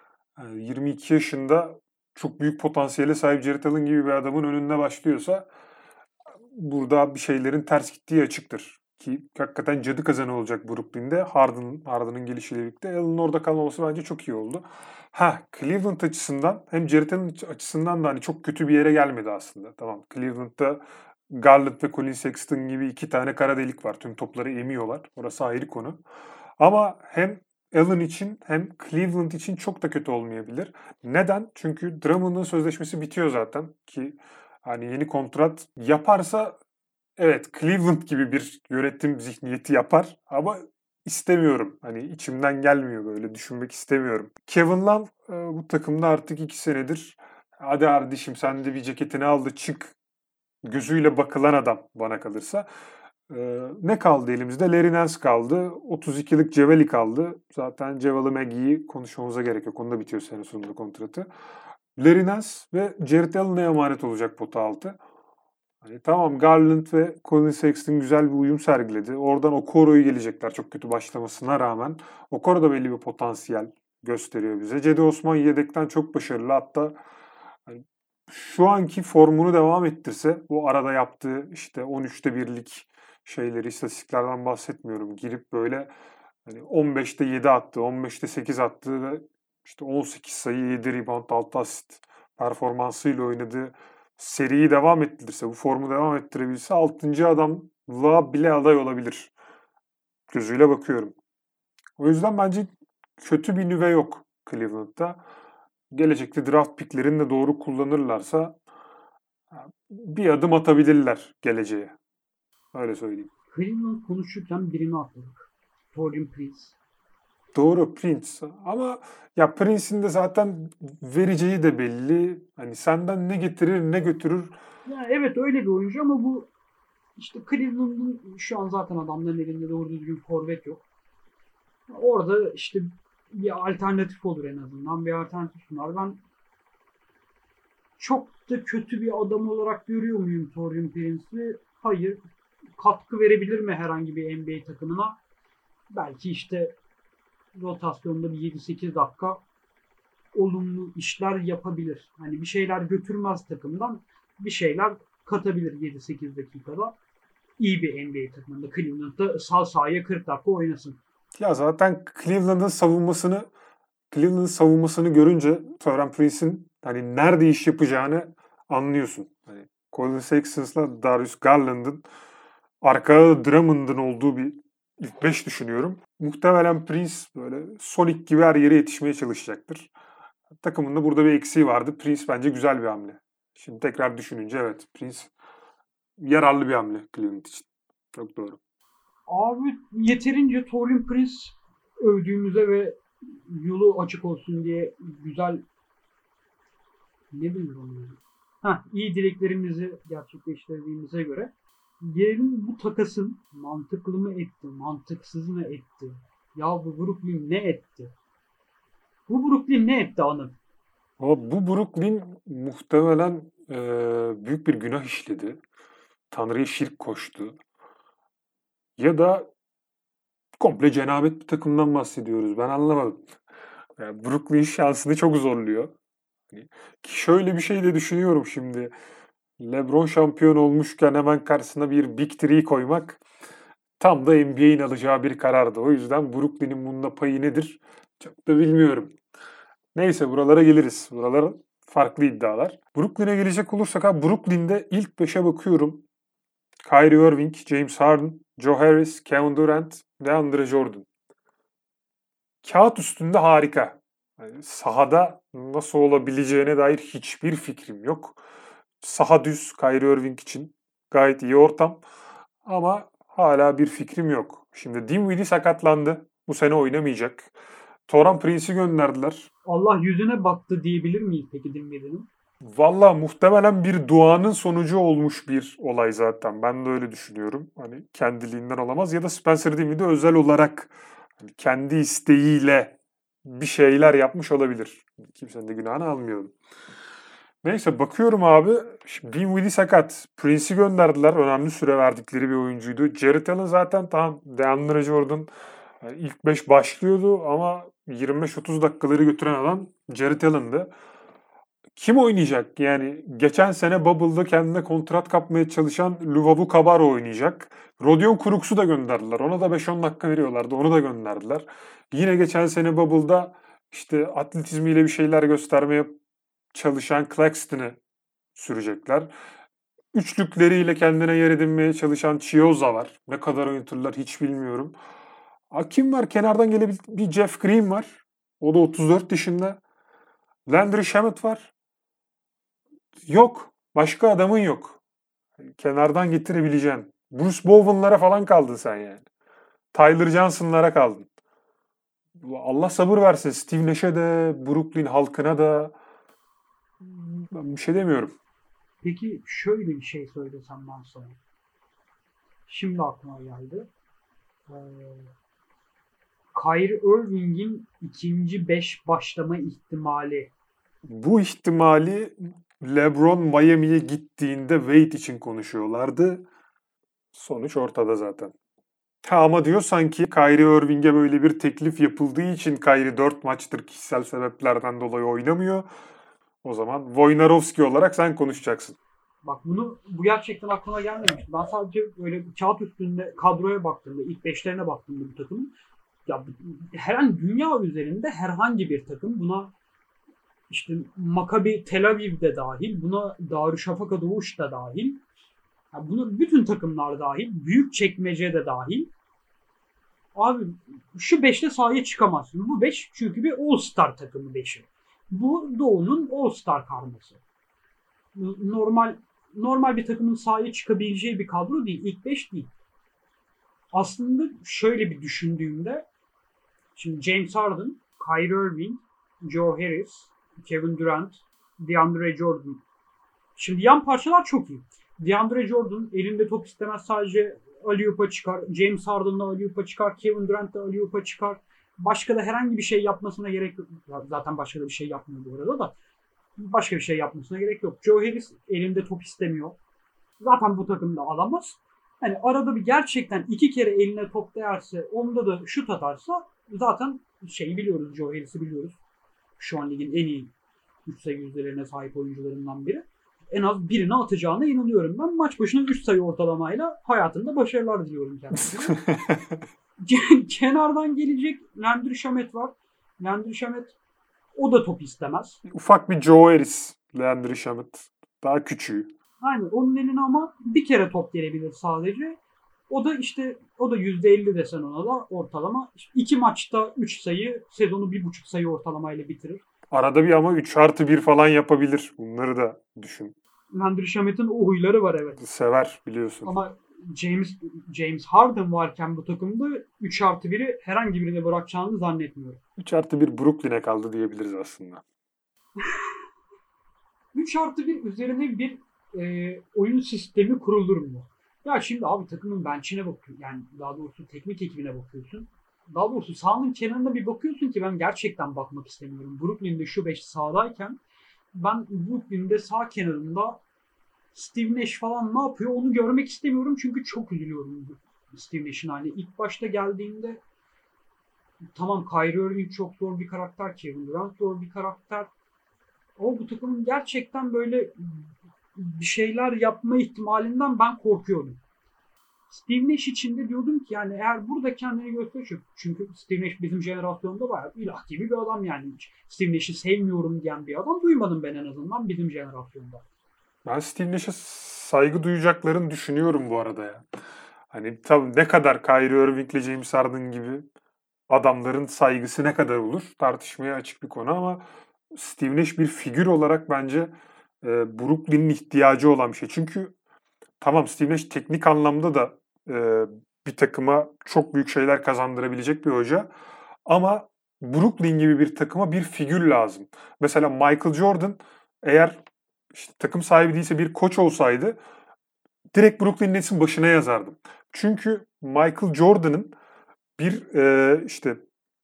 22 yaşında çok büyük potansiyele sahip Jared Allen gibi bir adamın önünde başlıyorsa burada bir şeylerin ters gittiği açıktır. Ki hakikaten cadı kazanı olacak Brooklyn'de. Harden'ın gelişiyle birlikte. Allen'ın orada kalmaması bence çok iyi oldu. Cleveland açısından hem Jared Allen açısından da hani çok kötü bir yere gelmedi aslında. Tamam Cleveland'da Garland ve Colin Sexton gibi 2 tane kara delik var. Tüm topları emiyorlar. Orası ayrı konu. Ama hem Allen için hem Cleveland için çok da kötü olmayabilir. Neden? Çünkü Drummond'un sözleşmesi bitiyor zaten ki hani yeni kontrat yaparsa evet Cleveland gibi bir yönetim zihniyeti yapar ama istemiyorum. Hani içimden gelmiyor böyle düşünmek istemiyorum. Kevin Love bu takımda artık 2 senedir hadi kardeşim sen de bir ceketini al da çık gözüyle bakılan adam bana kalırsa. Ne kaldı elimizde? Larry Nance kaldı. 32'lik Ceveli kaldı. Zaten Ceveli McGee'yi konuşmamıza gerek yok. Onda bitiyor sene sonunda kontratı. Larry Nance ve Jared Allen'a emanet olacak pota altı. Hani tamam Garland ve Colin Sexton güzel bir uyum sergiledi. Oradan Okoro'yu gelecekler çok kötü başlamasına rağmen. Okoro da belli bir potansiyel gösteriyor bize. Cedi Osman yedekten çok başarılı. Hatta hani şu anki formunu devam ettirse bu arada yaptığı işte 13'te birlik şeyleri istatistiklerden bahsetmiyorum. Girip böyle hani 15'te 7 attı, 15'te 8 attı ve işte 18 sayı, 7 rebound, 6 asist performansıyla oynadığı seriyi devam ettirirse, bu formu devam ettirebilse 6. adamlığa bile aday olabilir. Gözüyle bakıyorum. O yüzden bence kötü bir nüve yok Cleveland'da. Gelecekte draft picklerini de doğru kullanırlarsa bir adım atabilirler geleceğe. Öyle söyleyeyim. Cleveland konuşurken birini atladık. Torian Prince. Doğru Prince ama ya Prince'in de zaten vereceği de belli. Hani senden ne getirir ne götürür. Ya evet öyle bir oyuncu ama bu işte Cleveland'ın şu an zaten adamların elinde doğru düzgün forvet yok. Orada işte bir alternatif olur en azından. Bir alternatif sunar. Ben çok da kötü bir adam olarak görüyor muyum Taurean Prince'i? Hayır. Katkı verebilir mi herhangi bir NBA takımına? Belki işte rotasyonda bir 7-8 dakika olumlu işler yapabilir. Hani bir şeyler götürmez takımdan, bir şeyler katabilir 7-8 dakikada. İyi bir NBA takımında, Cleveland'da sahaya 40 dakika oynasın. Ya zaten Cleveland'ın savunmasını görünce Taurean Prince'in hani nerede iş yapacağını anlıyorsun. Hani Colin Sexton'la Darius Garland'ın arkada Drummond'ın olduğu bir ilk 5 düşünüyorum. Muhtemelen Prince böyle Sonic gibi her yere yetişmeye çalışacaktır. Takımında burada bir eksiği vardı. Prince bence güzel bir hamle. Şimdi tekrar düşününce evet Prince yararlı bir hamle Cleveland için. Çok doğru. Abi yeterince Taurean Prince övdüğümüze ve yolu açık olsun diye güzel ne denir onu? İyi dileklerimizi gerçekleştirdiğimize göre gelelim bu takasın mantıklı mı etti, mantıksız mı etti? Ya bu Brooklyn ne etti? Bu Brooklyn ne etti Anıl? Ama bu Brooklyn muhtemelen büyük bir günah işledi. Tanrı'ya şirk koştu. Ya da komple cenabet bir takımdan bahsediyoruz. Ben anlamadım. Yani Brooklyn şansını çok zorluyor. Hani ki şöyle bir şey de düşünüyorum şimdi. LeBron şampiyon olmuşken hemen karşısına bir Big Three koymak tam da NBA'in alacağı bir karardı. O yüzden Brooklyn'in bunda payı nedir? Çok da bilmiyorum. Neyse buralara geliriz. Buralar farklı iddialar. Brooklyn'e gelecek olursak abi Brooklyn'de ilk 5'e bakıyorum. Kyrie Irving, James Harden, Joe Harris, Kevin Durant ve Andre Jordan. Kağıt üstünde harika. Yani sahada nasıl olabileceğine dair hiçbir fikrim yok. Saha düz Kyrie Irving için gayet iyi ortam. Ama hala bir fikrim yok. Şimdi Dinwiddie sakatlandı. Bu sene oynamayacak. Taurean Prince'i gönderdiler. Allah yüzüne baktı diyebilir miyiz peki Dinwiddie'nin? Valla muhtemelen bir duanın sonucu olmuş bir olay zaten. Ben de öyle düşünüyorum. Hani kendiliğinden olamaz ya da Spencer Dinwiddie özel olarak hani kendi isteğiyle bir şeyler yapmış olabilir. Kimsenin de günahını almıyorum. Neyse bakıyorum abi. Şimdi Dinwiddie sakat. Prince'i gönderdiler. Önemli süre verdikleri bir oyuncuydu. Jarrett Allen zaten tam DeAndre Jordan yani ilk 5 başlıyordu ama 25-30 dakikaları götüren adam Jarrett Allen'dı. Kim oynayacak? Yani geçen sene Bubble'da kendine kontrat kapmaya çalışan Luvavu Cabarro oynayacak. Rodion Crooks'u da gönderdiler. Ona da 5-10 dakika veriyorlardı. Onu da gönderdiler. Yine geçen sene Bubble'da işte atletizmiyle bir şeyler göstermeye çalışan Claxton'ı sürecekler. Üçlükleriyle kendine yer edinmeye çalışan Chiozza var. Ne kadar oynatırlar hiç bilmiyorum. Kim var? Kenardan gelebilir. Bir Jeff Green var. O da 34 yaşında. Landry Shamet var. Yok. Başka adamın yok. Kenardan getirebileceğin. Bruce Bowen'lara falan kaldın sen yani. Tyler Johnson'lara kaldın. Allah sabır versin. Steve Nash'e de, Brooklyn halkına da ben bir şey demiyorum. Peki şöyle bir şey söylesem ben sana. Şimdi aklıma geldi. Ee, Kyrie Irving'in ikinci 5 başlama ihtimali. Bu ihtimali LeBron Miami'ye gittiğinde Wade için konuşuyorlardı. Sonuç ortada zaten. Ama diyor sanki Kyrie Irving'e böyle bir teklif yapıldığı için Kyrie 4 maçtır kişisel sebeplerden dolayı oynamıyor. O zaman Wojnarowski olarak sen konuşacaksın. Bak bu gerçekten aklıma gelmemişti. Ben sadece böyle kağıt üstünde kadroya baktığımda, ilk beşlerine baktığımda bu takımın ya herhangi dünya üzerinde herhangi bir takım buna işte Maccabi Tel Aviv de dahil, buna Darüşşafaka Doğuş da dahil, ya bunu bütün takımlar dahil, Büyükçekmece de dahil. Abi şu 5'te sahaya çıkamazsın. Bu 5 çünkü bir All-Star takımı 5'i. Bu Doğu'nun All-Star karması. Normal bir takımın sahaya çıkabileceği bir kadro değil. İlk 5 değil. Aslında şöyle bir düşündüğümde şimdi James Harden, Kyrie Irving, Joe Harris, Kevin Durant, DeAndre Jordan. Şimdi yan parçalar çok iyi. DeAndre Jordan elinde top istemez sadece alley-oop'a çıkar. James Harden'la alley-oop'a çıkar. Kevin Durant'la alley-oop'a çıkar. Başka da herhangi bir şey yapmasına gerek yok. Zaten başka da bir şey yapmıyor bu arada da. Başka bir şey yapmasına gerek yok. Joe Harris elinde top istemiyor. Zaten bu takımda alamaz. Hani arada bir gerçekten 2 kere eline top değerse, onda da şut atarsa zaten şeyi biliyoruz, Joe Harris'i biliyoruz. Şu an ligin en iyi 3 sayı yüzdelerine sahip oyuncularından biri. En az birini atacağına inanıyorum ben. Maç başına 3 sayı ortalamayla hayatında başarılar diliyorum kendisine. Kenardan gelecek Landry Shamet var. Landry Shamet o da top istemez. Ufak bir Joe Harris, Landry Shamet. Daha küçüğü. Aynen, onun eline ama bir kere top gelebilir sadece. O da işte o da %50 desen ona da ortalama. İşte 2 maçta 3 sayı, sezonu 1,5 sayı ortalamayla bitirir. Arada bir ama 3+1 falan yapabilir. Bunları da düşün. Landry Shamet'in o huyları var, evet. Sever biliyorsun. Ama James Harden varken bu takımda 3+1'i herhangi birine bırakacağını zannetmiyorum. 3+1 Brooklyn'e kaldı diyebiliriz aslında. 3+1 üzerine bir oyun sistemi kurulur mu? Ya şimdi abi takımın bench'ine bakıyorsun. Yani daha doğrusu teknik ekibine bakıyorsun. Daha doğrusu sahanın kenarına bir bakıyorsun ki ben gerçekten bakmak istemiyorum. Brooklyn'de şu 5 sahadayken ben Brooklyn'de sağ kenarında Steve Nash falan ne yapıyor onu görmek istemiyorum. Çünkü çok üzülüyorum Steve Nash'in haline. İlk başta geldiğinde tamam, Kyrie Irving çok zor bir karakter. Kevin Durant zor bir karakter. Ama bu takımın gerçekten böyle bir şeyler yapma ihtimalinden ben korkuyorum. Steve Nash için de diyordum ki yani eğer burada kendini gösterecek. Çünkü Steve Nash bizim jenerasyonda bayağı ilah gibi bir adam yani. Steve Nash'i sevmiyorum diyen bir adam duymadım ben en azından bizim jenerasyonda. Ben Steve Nash'e saygı duyacaklarını düşünüyorum bu arada ya. Hani tabii ne kadar Kyrie Irving'le James Harden gibi adamların saygısı ne kadar olur tartışmaya açık bir konu ama Steve Nash bir figür olarak bence Brooklyn'in ihtiyacı olan bir şey. Çünkü tamam, Steve Nash teknik anlamda da bir takıma çok büyük şeyler kazandırabilecek bir hoca ama Brooklyn gibi bir takıma bir figür lazım. Mesela Michael Jordan eğer işte takım sahibi değilse bir koç olsaydı direkt Brooklyn Nets'in başına yazardım. Çünkü Michael Jordan'ın bir işte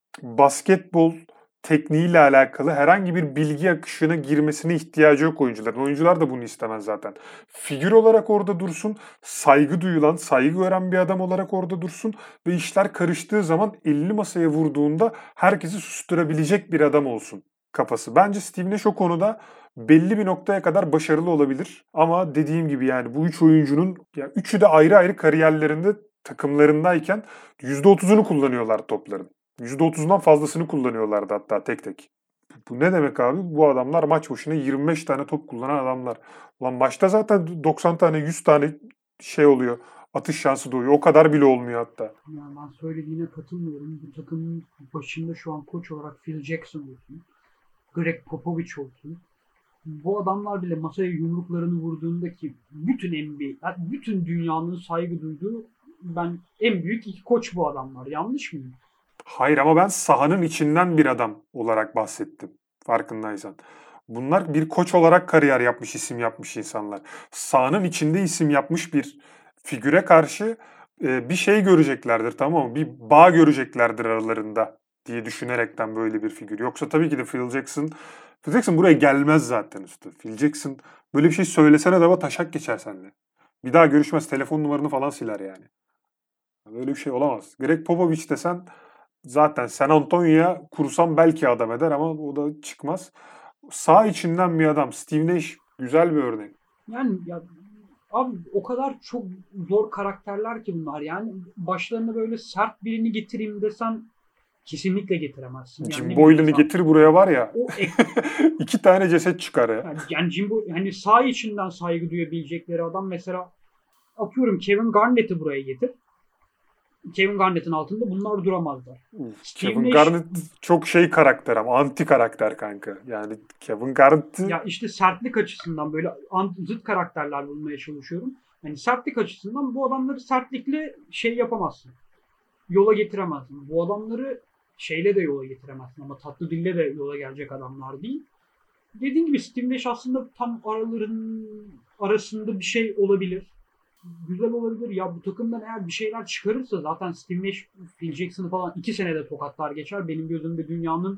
basketbol tekniğiyle alakalı herhangi bir bilgi akışına girmesine ihtiyacı yok oyuncuların. Oyuncular da bunu istemez zaten. Figür olarak orada dursun, saygı duyulan, saygı gören bir adam olarak orada dursun ve işler karıştığı zaman elini masaya vurduğunda herkesi susturabilecek bir adam olsun kafası. Bence Steve Nash o konuda belli bir noktaya kadar başarılı olabilir. Ama dediğim gibi yani bu üç oyuncunun ya üçü de ayrı ayrı kariyerlerinde takımlarındayken %30'unu kullanıyorlar topların. %30'undan fazlasını kullanıyorlardı hatta tek tek. Bu ne demek abi? Bu adamlar maç başına 25 tane top kullanan adamlar. Ulan maçta zaten 90 tane 100 tane şey oluyor. Atış şansı doğuyor. O kadar bile olmuyor hatta. Yani ben söylediğine katılmıyorum. Bu takımın başında şu an koç olarak Phil Jackson olsun. Greg Popovich olsun. Bu adamlar bile masaya yumruklarını vurduğunda ki bütün NBA, bütün dünyanın saygı duyduğu ben en büyük iki koç bu adamlar. Yanlış mıyım? Hayır ama ben sahanın içinden bir adam olarak bahsettim. Farkındaysan. Bunlar bir koç olarak kariyer yapmış, isim yapmış insanlar. Sahanın içinde isim yapmış bir figüre karşı bir şey göreceklerdir, tamam mı? Bir bağ göreceklerdir aralarında diye düşünerekten böyle bir figür. Yoksa tabii ki de Phil Jackson buraya gelmez zaten üstü. Phil Jackson böyle bir şey söylesene adama taşak geçer seninle. Bir daha görüşmez, telefon numaranı falan siler yani. Böyle bir şey olamaz. Greg Popovich desen zaten San Antonio'ya kursam belki adam eder ama o da çıkmaz. Sağ içinden bir adam. Steve Nash güzel bir örnek. Yani ya abi o kadar çok zor karakterler ki bunlar. Yani başlarına böyle sert birini getireyim desen kesinlikle getiremezsin. Yani Jim ne bileyim Boylan'ı mesela getir buraya var ya. o 2 tane ceset çıkar ya. yani Jimbo hani sağ içinden saygı duyabilecekleri adam mesela atıyorum Kevin Garnett'i buraya getir. Kevin Garnett'in altında bunlar duramazlar. Kevin Steve Nash Garnett çok şey karakter ama anti karakter kanka. Yani Kevin Garnett'i ya işte sertlik açısından böyle zıt karakterler bulmaya çalışıyorum. Hani sertlik açısından bu adamları sertlikle şey yapamazsın. Yola getiremezsin. Bu adamları şeyle de yola getiremezsin ama tatlı dille de yola gelecek adamlar değil. Dediğim gibi Steve Nash aslında tam araların arasında bir şey olabilir. Güzel olabilir. Ya bu takımdan eğer bir şeyler çıkarırsa zaten Steve Nash, Phil Jackson'ı falan 2 senede tokatlar geçer. Benim gözümde dünyanın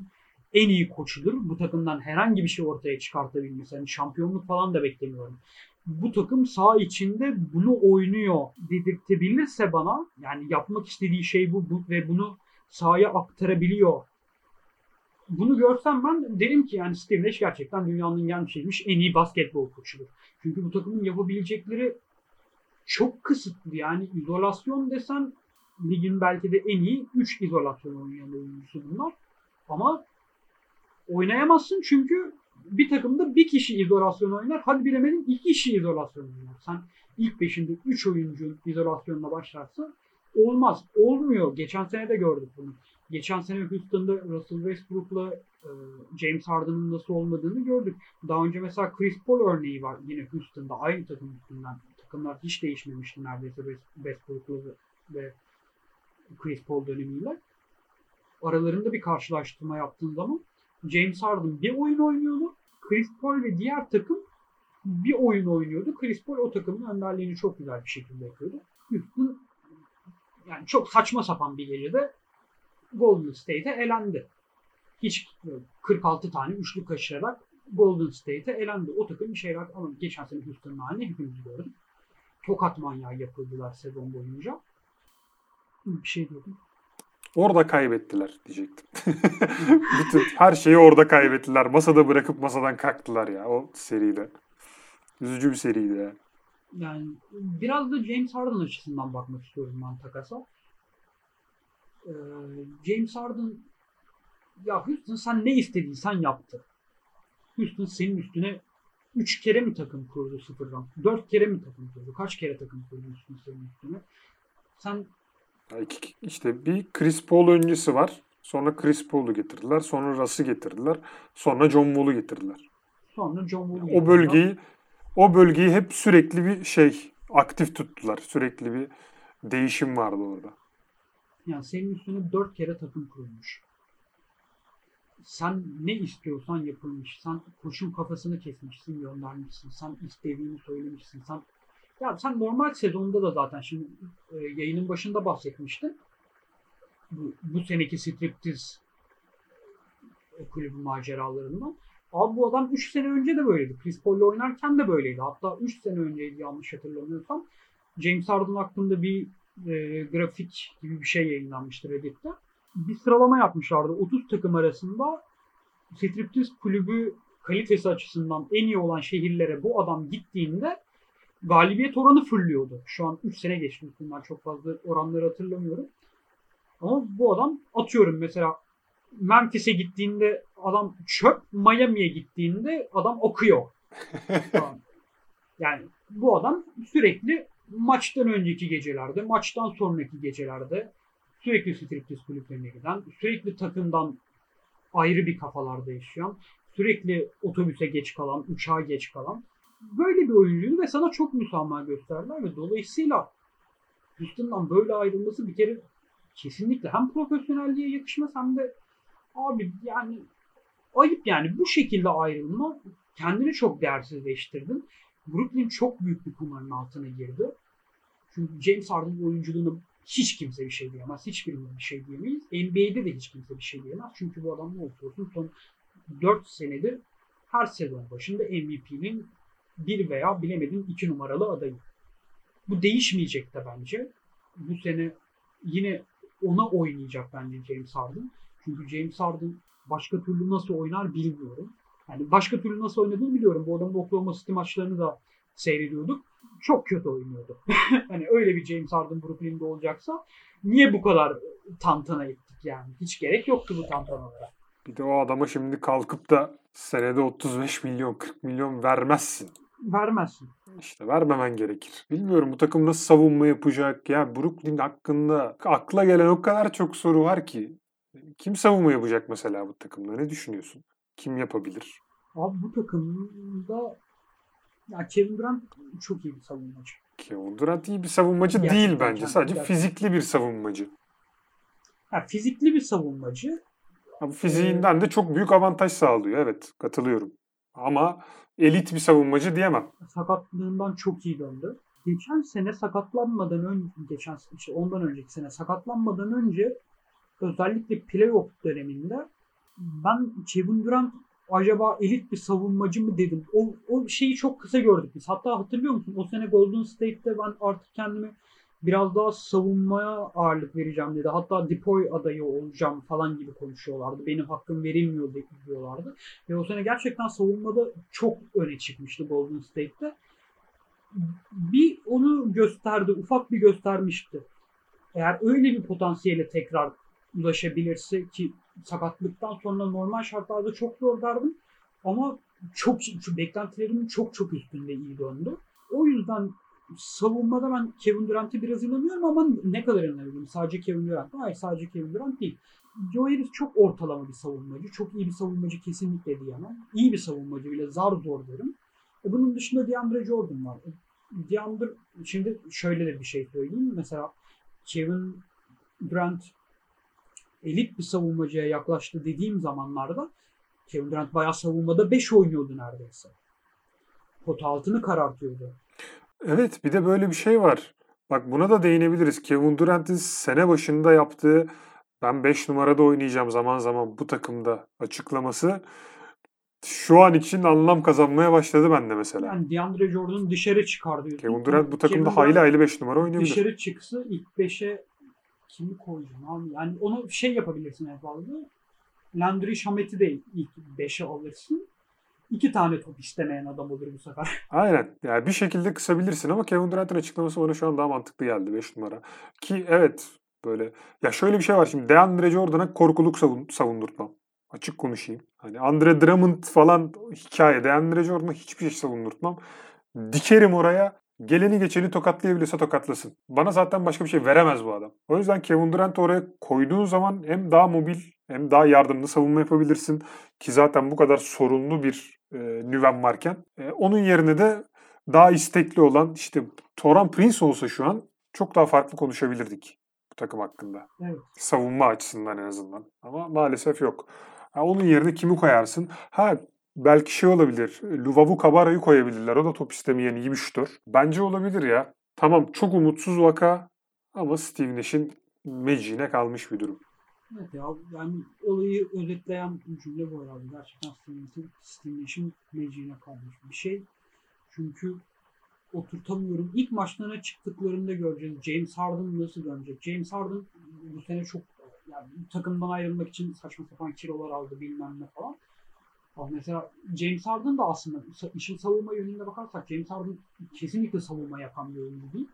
en iyi koçudur. Bu takımdan herhangi bir şey ortaya çıkartabilmesi. Yani şampiyonluk falan da beklemiyorum. Bu takım saha içinde bunu oynuyor dedirtebilirse bana, yani yapmak istediği şey bu ve bunu sahaya aktarabiliyor. Bunu görsem ben derim ki yani Steve Nash gerçekten dünyanın gelmiş en iyi basketbol koçudur. Çünkü bu takımın yapabilecekleri çok kısıtlı. Yani izolasyon desen ligin belki de en iyi 3 izolasyon oynayan oyuncusu bunlar. Ama oynayamazsın çünkü bir takımda bir kişi izolasyon oynar. Hadi bilemedin 2 kişi izolasyon oynar. Sen ilk 5'inde 3 oyuncu izolasyonla başlarsa olmaz. Olmuyor. Geçen sene de gördük bunu. Geçen sene Houston'da Russell Westbrook'la James Harden'ın nasıl olmadığını gördük. Daha önce mesela Chris Paul örneği var yine Houston'da. Aynı takım üstünden. Takımlar hiç değişmemişti neredeyse Westbrook'la ve Chris Paul dönemiyle. Aralarında bir karşılaştırma yaptığın zaman James Harden bir oyun oynuyordu. Chris Paul ve diğer takım bir oyun oynuyordu. Chris Paul o takımın önderliğini çok güzel bir şekilde yapıyordu. Houston yani çok saçma sapan bir gecede Golden State'e elendi. Hiç 46 tane üçlü kaçırarak Golden State'e elendi. O takım bir şeyler ama geçen sene Houston'ın halini hepimiz gördük. Tokat manyağı yapıldılar sezon boyunca. Bir şey diyordum. Orada kaybettiler diyecektim. Bütün her şeyi orada kaybettiler. Masada bırakıp masadan kalktılar ya o seride. Üzücü bir seriydi ya. Yani biraz da James Harden açısından bakmak istiyorum ben takasa. James Harden ya Houston sen ne istediysen yaptı. Houston senin üstüne 3 kere mi takım kurdu sıfırdan? 4 kere mi takım kurdu? Kaç kere takım kurdu Houston senin üstüne? Sen İşte bir Chris Paul öncesi var. Sonra Chris Paul'u getirdiler. Sonra Russ'ı getirdiler. Sonra John Wall'u getirdiler. sonra John Wall'u O getirdiler. bölgeyi hep sürekli bir aktif tuttular. Sürekli bir değişim vardı orada. Yani senin üstüne 4 kere takım kurulmuş. Sen ne istiyorsan yapılmış. Sen koçun kafasını kesmişsin, göndermişsin. Sen istediğini söylemişsin. Sen normal sezonda da zaten şimdi yayının başında bahsetmiştin. Bu seneki striptiz kulübü maceralarından. Abi bu adam 3 sene önce de böyleydi. Chris Paul'le oynarken de böyleydi. Hatta 3 sene önceydi yanlış hatırlamıyorsam. James Harden hakkında bir grafik gibi bir şey yayınlanmıştı Reddit'te. Bir sıralama yapmışlardı. 30 takım arasında striptiz kulübü kalitesi açısından en iyi olan şehirlere bu adam gittiğinde galibiyet oranı fırlıyordu. Şu an 3 sene geçti. Bunlar çok fazla oranları hatırlamıyorum. Ama bu adam atıyorum mesela Memphis'e gittiğinde adam çöp, Miami'ye gittiğinde adam akıyor. Yani bu adam sürekli maçtan önceki gecelerde, maçtan sonraki gecelerde sürekli striptiz kulüplerine giden, sürekli takımdan ayrı bir kafalarda yaşayan, sürekli otobüse geç kalan, uçağa geç kalan böyle bir oyuncuydu ve sana çok müsamaha gösterdiler ve dolayısıyla Houston'dan böyle ayrılması bir kere kesinlikle hem profesyonelliğe yakışmaz hem de abi yani ayıp yani bu şekilde ayrılma kendini çok değersizleştirdin. Brooklyn çok büyük bir kumarın altına girdi. Çünkü James Harden'ın oyunculuğuna hiç kimse bir şey diyemez. Hiçbirimiz bir şey diyemeyiz. NBA'de de hiç kimse bir şey diyemez. Çünkü bu adam ne olursa olsun son 4 senedir her sezon başında MVP'nin 1 veya bilemedin 2 numaralı adayı. Bu değişmeyecek de bence. Bu sene yine ona oynayacak bence James Harden. Çünkü James Harden başka türlü nasıl oynar bilmiyorum. Yani başka türlü nasıl oynadığını biliyorum. Bu adamın Oklahoma City maçlarını da seyrediyorduk. Çok kötü oynuyordu. Hani öyle bir James Harden Brooklyn'de olacaksa niye bu kadar tantana ettik yani? Hiç gerek yoktu bu tantanalara. Bir de o adama şimdi kalkıp da senede 35 milyon 40 milyon vermezsin. Vermezsin. İşte vermemen gerekir. Bilmiyorum bu takım nasıl savunma yapacak. Ya Brooklyn hakkında akla gelen o kadar çok soru var ki. Kim savunma yapacak mesela bu takımda? Ne düşünüyorsun? Kim yapabilir? Abi bu takımda ya Kevin Durant çok iyi bir savunmacı. Kevin Durant iyi bir savunmacı değil bence. Sadece fizikli bir savunmacı. Fizikli bir savunmacı. Ama fiziğinden de çok büyük avantaj sağlıyor. Evet, katılıyorum. Ama elit bir savunmacı diyemem. Sakatlığından çok iyi döndü. Geçen sene sakatlanmadan önce, ondan önceki sene sakatlanmadan önce özellikle playoff döneminde Ben Kevin Durant acaba elit bir savunmacı mı dedim. O şeyi çok kısa gördük biz. Hatta hatırlıyor musun? O sene Golden State'te ben artık kendimi biraz daha savunmaya ağırlık vereceğim dedi. Hatta Depoy adayı olacağım falan gibi konuşuyorlardı. Benim hakkım verilmiyor diyorlardı. Ve o sene gerçekten savunmada çok öne çıkmıştı Golden State'te. Bir onu gösterdi. Ufak bir göstermişti. Eğer öyle bir potansiyele tekrar ulaşabilirse ki sakatlıktan sonra normal şartlarda çok zor derdim ama çok şu beklentilerimin çok üstünde iyi döndü. O yüzden savunmada ben Kevin Durant'e biraz inanıyorum ama ne kadar inanıyorum? Sadece Kevin Durant mı? Hayır, sadece Kevin Durant değil. Joe Harris çok ortalama bir savunmacı. Çok iyi bir savunmacı kesinlikle diyemem. İyi bir savunmacı bile zar zor derim. Bunun dışında DeAndre Jordan var. DeAndre, şimdi şöyle de bir şey söyleyeyim. Mesela Kevin Durant elit bir savunmacıya yaklaştı dediğim zamanlarda Kevin Durant bayağı savunmada 5 oynuyordu neredeyse. Pota altını karartıyordu. Evet, bir de böyle bir şey var. Bak buna da değinebiliriz. Kevin Durant'in sene başında yaptığı ben 5 numarada oynayacağım zaman zaman bu takımda açıklaması şu an için anlam kazanmaya başladı bende mesela. Yani DeAndre Jordan'ı dışarı çıkar diyorsun. Kevin Durant bu takımda Kevin hayli Durant hayli 5 numara oynayabilir. dışarı çıksa ilk 5'e kimi koyacaksın abi? Yani onu şey yapabilirsin en fazla. Landry Shamet'i de ilk 5'e alırsın. 2 tane top istemeyen adam olur bu sefer. Aynen. Yani bir şekilde kısabilirsin ama Kevin Durant'ın açıklaması bana şu an daha mantıklı geldi 5 numara. Ki evet böyle ya şöyle bir şey var şimdi DeAndre Jordan'a korkuluk savundurtmam. Açık konuşayım. Hani Andre Drummond falan hikaye. DeAndre Jordan'a hiçbir şey savundurtmam. Dikerim oraya. Geleni geçeni tokatlayabiliyorsa tokatlasın. Bana zaten başka bir şey veremez bu adam. O yüzden Kevin Durant'ı oraya koyduğun zaman hem daha mobil hem daha yardımlı savunma yapabilirsin. Ki zaten bu kadar sorunlu bir nüven varken. Onun yerine de daha istekli olan işte Toran Prince olsa şu an çok daha farklı konuşabilirdik bu takım hakkında. Evet. Savunma açısından en azından. Ama maalesef yok. Onun yerine kimi koyarsın? Belki şey olabilir. Luvavu Cabara'yı koyabilirler. O da top istemeyen iyi bir şutör. Bence olabilir ya. Tamam çok umutsuz vaka ama Steve Nash'in meciğine kalmış bir durum. Evet ya, yani olayı özetleyen cümle bu herhalde. Gerçekten Steve Nash'in meciğine kalmış bir şey. Çünkü oturtamıyorum. İlk maçlarına çıktıklarında göreceğiz. James Harden nasıl dönecek? James Harden bu sene çok yani takımdan ayrılmak için saçma sapan kilolar aldı bilmem ne falan. Ama mesela James Harden da aslında işin savunma yönüne bakarsak James Harden kesinlikle savunma yapan bir oyuncu değil.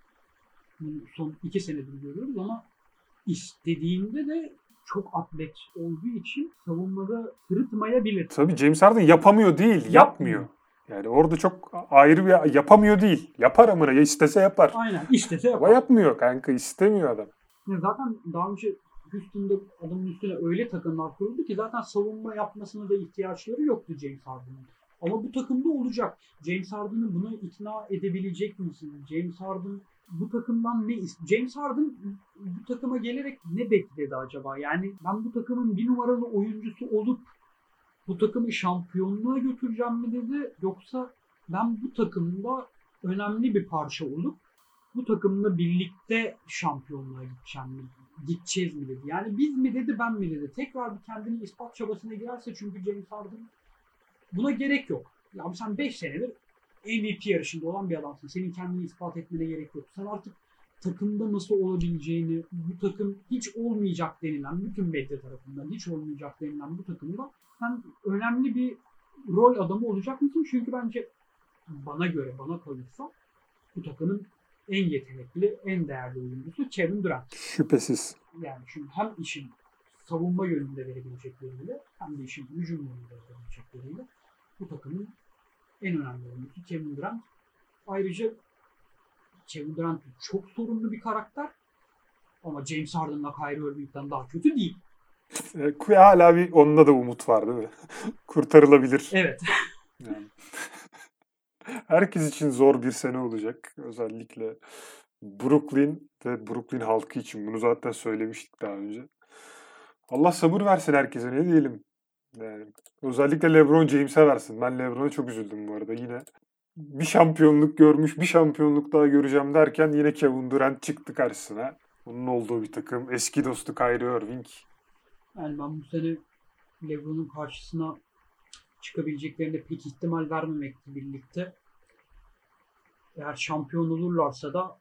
Son 2 senedir görüyoruz ama istediğinde de çok atlet olduğu için savunmada sırıtmayabilir. Tabii James Harden yapamıyor değil, yapmıyor. Yani orada çok ayrı bir yapamıyor değil. Yapar ama ya istese yapar. Aynen, istese yapar. Ama yapmıyor kanka, istemiyor adam. Ya zaten daha önce Houston'da adamın üstüne öyle takımlar kuruldu ki zaten savunma yapmasına da ihtiyaçları yoktu James Harden'ın. Ama bu takımda olacak. James Harden'ı buna ikna edebilecek misin? James Harden bu takımdan ne James Harden bu takıma gelerek ne bekledi acaba? Yani ben bu takımın bir numaralı oyuncusu olup bu takımı şampiyonluğa götüreceğim mi dedi, yoksa ben bu takımda önemli bir parça olup bu takımla birlikte şampiyonluğa gideceğiz mi dedi. Yani biz mi dedi, ben mi dedi. Tekrar bir kendini ispat çabasına girerse, çünkü James Harden buna gerek yok. Ya sen 5 senedir MVP yarışında olan bir adamsın. Senin kendini ispat etmene gerek yok. Sen artık takımda nasıl olabileceğini, bu takım hiç olmayacak denilen, bütün medya tarafından hiç olmayacak denilen bu takımda sen önemli bir rol adamı olacak mısın? Çünkü bence bana göre, bana kalırsa bu takımın en yetenekli, en değerli oyuncusu Kevin Durant. Şüphesiz. Yani şimdi hem işin savunma yönünde verebilecekleriyle hem de işin hücum yönünde verebilecekleriyle bu takımın en önemli oyuncusu Kevin Durant. Ayrıca Kevin Durant çok sorunlu bir karakter ama James Harden'la Kyrie Irving'den daha kötü değil. Hala bir onunla da umut var değil mi? Kurtarılabilir. Evet. Yani. Herkes için zor bir sene olacak. Özellikle Brooklyn ve Brooklyn halkı için. Bunu zaten söylemiştik daha önce. Allah sabır versin herkese, ne diyelim. Yani özellikle LeBron James'e versin. Ben LeBron'a çok üzüldüm bu arada. Yine bir şampiyonluk görmüş, bir şampiyonluk daha göreceğim derken yine Kevin Durant çıktı karşısına. Onun olduğu bir takım. Eski dostu Kyrie Irving. Yani ben bu sene LeBron'un karşısına çıkabileceklerine pek ihtimal vermemekle birlikte eğer şampiyon olurlarsa da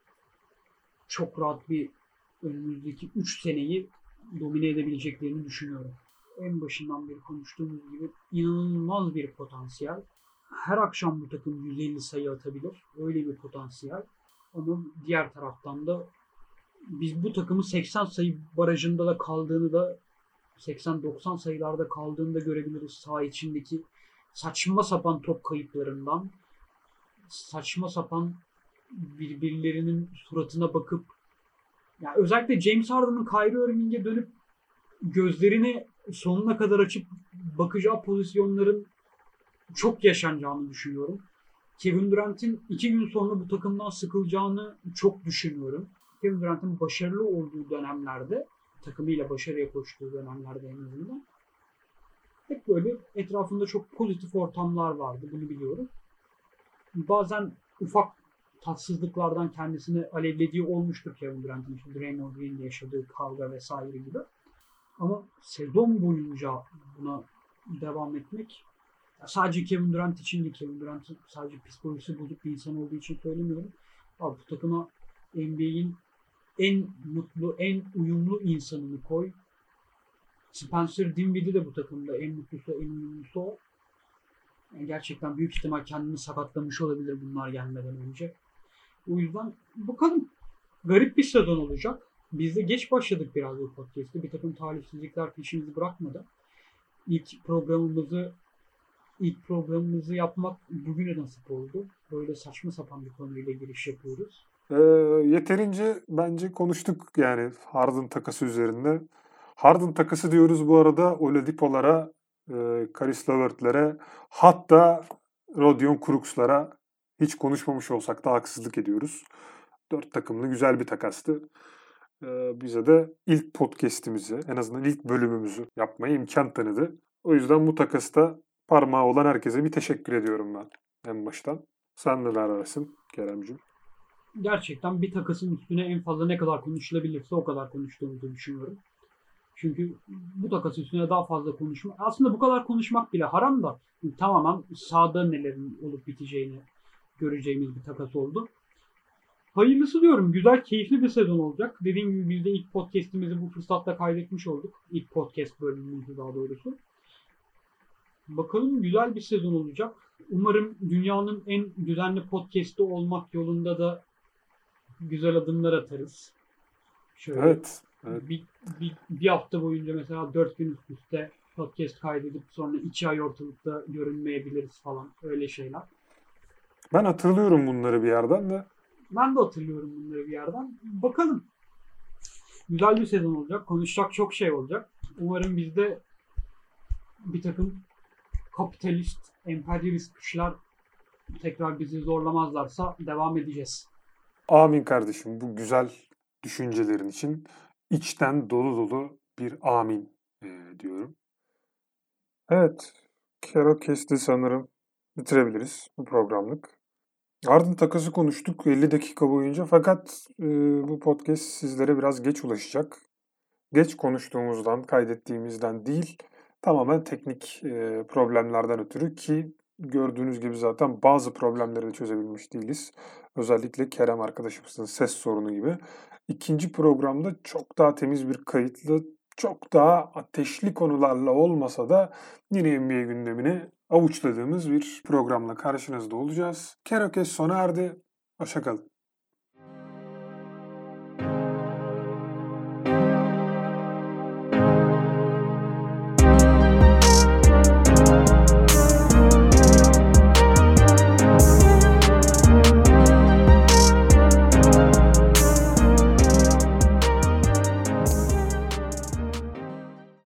çok rahat bir önümüzdeki 3 seneyi domine edebileceklerini düşünüyorum. En başından beri konuştuğumuz gibi inanılmaz bir potansiyel. Her akşam bu takım 150 sayı atabilir. Öyle bir potansiyel. Ama diğer taraftan da biz bu takımı 80 sayı barajında da kaldığını da 80-90 sayılarda kaldığını da görebiliriz. Saha içindeki saçma sapan top kayıplarından, saçma sapan birbirlerinin suratına bakıp, yani özellikle James Harden'ın Kyrie Irving'e dönüp gözlerini sonuna kadar açıp bakacağı pozisyonların çok yaşanacağını düşünüyorum. Kevin Durant'in 2 gün sonra bu takımdan sıkılacağını çok düşünüyorum. Kevin Durant'in başarılı olduğu dönemlerde, takımıyla başarıya koştuğu dönemlerde en azından hep böyle etrafında çok pozitif ortamlar vardı. Bunu biliyoruz. Bazen ufak tatsızlıklardan kendisini alevlediği olmuştur Kevin Durant'ın. İşte Draymond Green'le yaşadığı kavga vesaire gibi. Ama sezon boyunca buna devam etmek sadece Kevin Durant için değil. Kevin Durant'ın sadece psikolojisi bozuk bir insan olduğu için söylemiyorum. Abi bu takıma NBA'in en mutlu, en uyumlu insanını koy. Spencer Dinwiddie de bu takımda en mutlusu, en uyumlusu o. Yani gerçekten büyük ihtimal kendini sakatlamış olabilir bunlar gelmeden önce. O yüzden bakalım. Garip bir sezon olacak. Biz de geç başladık biraz bu podcast'te. Bir takım talihsizlikler peşimizi bırakmadı. İlk programımızı yapmak bugüne nasip oldu. Böyle saçma sapan bir konuyla giriş yapıyoruz. Yeterince bence konuştuk yani Harden takası üzerinde. Harden takası diyoruz bu arada Oladipo'lara, Caris LeVert'lere, hatta Rodion Crooks'lara hiç konuşmamış olsak da haksızlık ediyoruz. 4 takımlı güzel bir takastı. Bize de ilk podcast'imizi, en azından ilk bölümümüzü yapmaya imkan tanıdı. O yüzden bu takasta parmağı olan herkese bir teşekkür ediyorum ben en baştan. Sen neler dersin Keremciğim? Gerçekten bir takasın üstüne en fazla ne kadar konuşulabilirse o kadar konuştuğumuzu düşünüyorum. Çünkü bu takas üstüne daha fazla konuşmak, aslında bu kadar konuşmak bile haram da tamamen sahada nelerin olup biteceğini göreceğimiz bir takas oldu. Hayırlısı diyorum. Güzel, keyifli bir sezon olacak. Dediğim gibi biz de ilk podcast'imizi bu fırsatta kaydetmiş olduk. İlk podcast bölümümüzü daha doğrusu. Bakalım, güzel bir sezon olacak. Umarım dünyanın en düzenli podcast'ı olmak yolunda da güzel adımlar atarız. Şöyle Evet. bir hafta boyunca mesela 4 gün üst üste podcast kaydedip sonra 2 ay ortalıkta görünmeyebiliriz falan. Öyle şeyler. Ben hatırlıyorum bunları bir yerden de. Ben de hatırlıyorum bunları bir yerden. Bakalım. Güzel bir sezon olacak. Konuşacak çok şey olacak. Umarım bizde bir takım kapitalist, emperyalist güçler tekrar bizi zorlamazlarsa devam edeceğiz. Amin kardeşim, bu güzel düşüncelerin için içten dolu dolu bir amin diyorum. Evet, Kerokest'i sanırım bitirebiliriz bu programlık. Harden takası konuştuk 50 dakika boyunca fakat bu podcast sizlere biraz geç ulaşacak. Geç konuştuğumuzdan, kaydettiğimizden değil, tamamen teknik problemlerden ötürü ki gördüğünüz gibi zaten bazı problemleri de çözebilmiş değiliz. Özellikle Kerem arkadaşımızın ses sorunu gibi. İkinci programda çok daha temiz bir kayıtlı, çok daha ateşli konularla olmasa da yine NBA gündemini avuçladığımız bir programla karşınızda olacağız. Kerokes sona erdi. Hoşça kalın.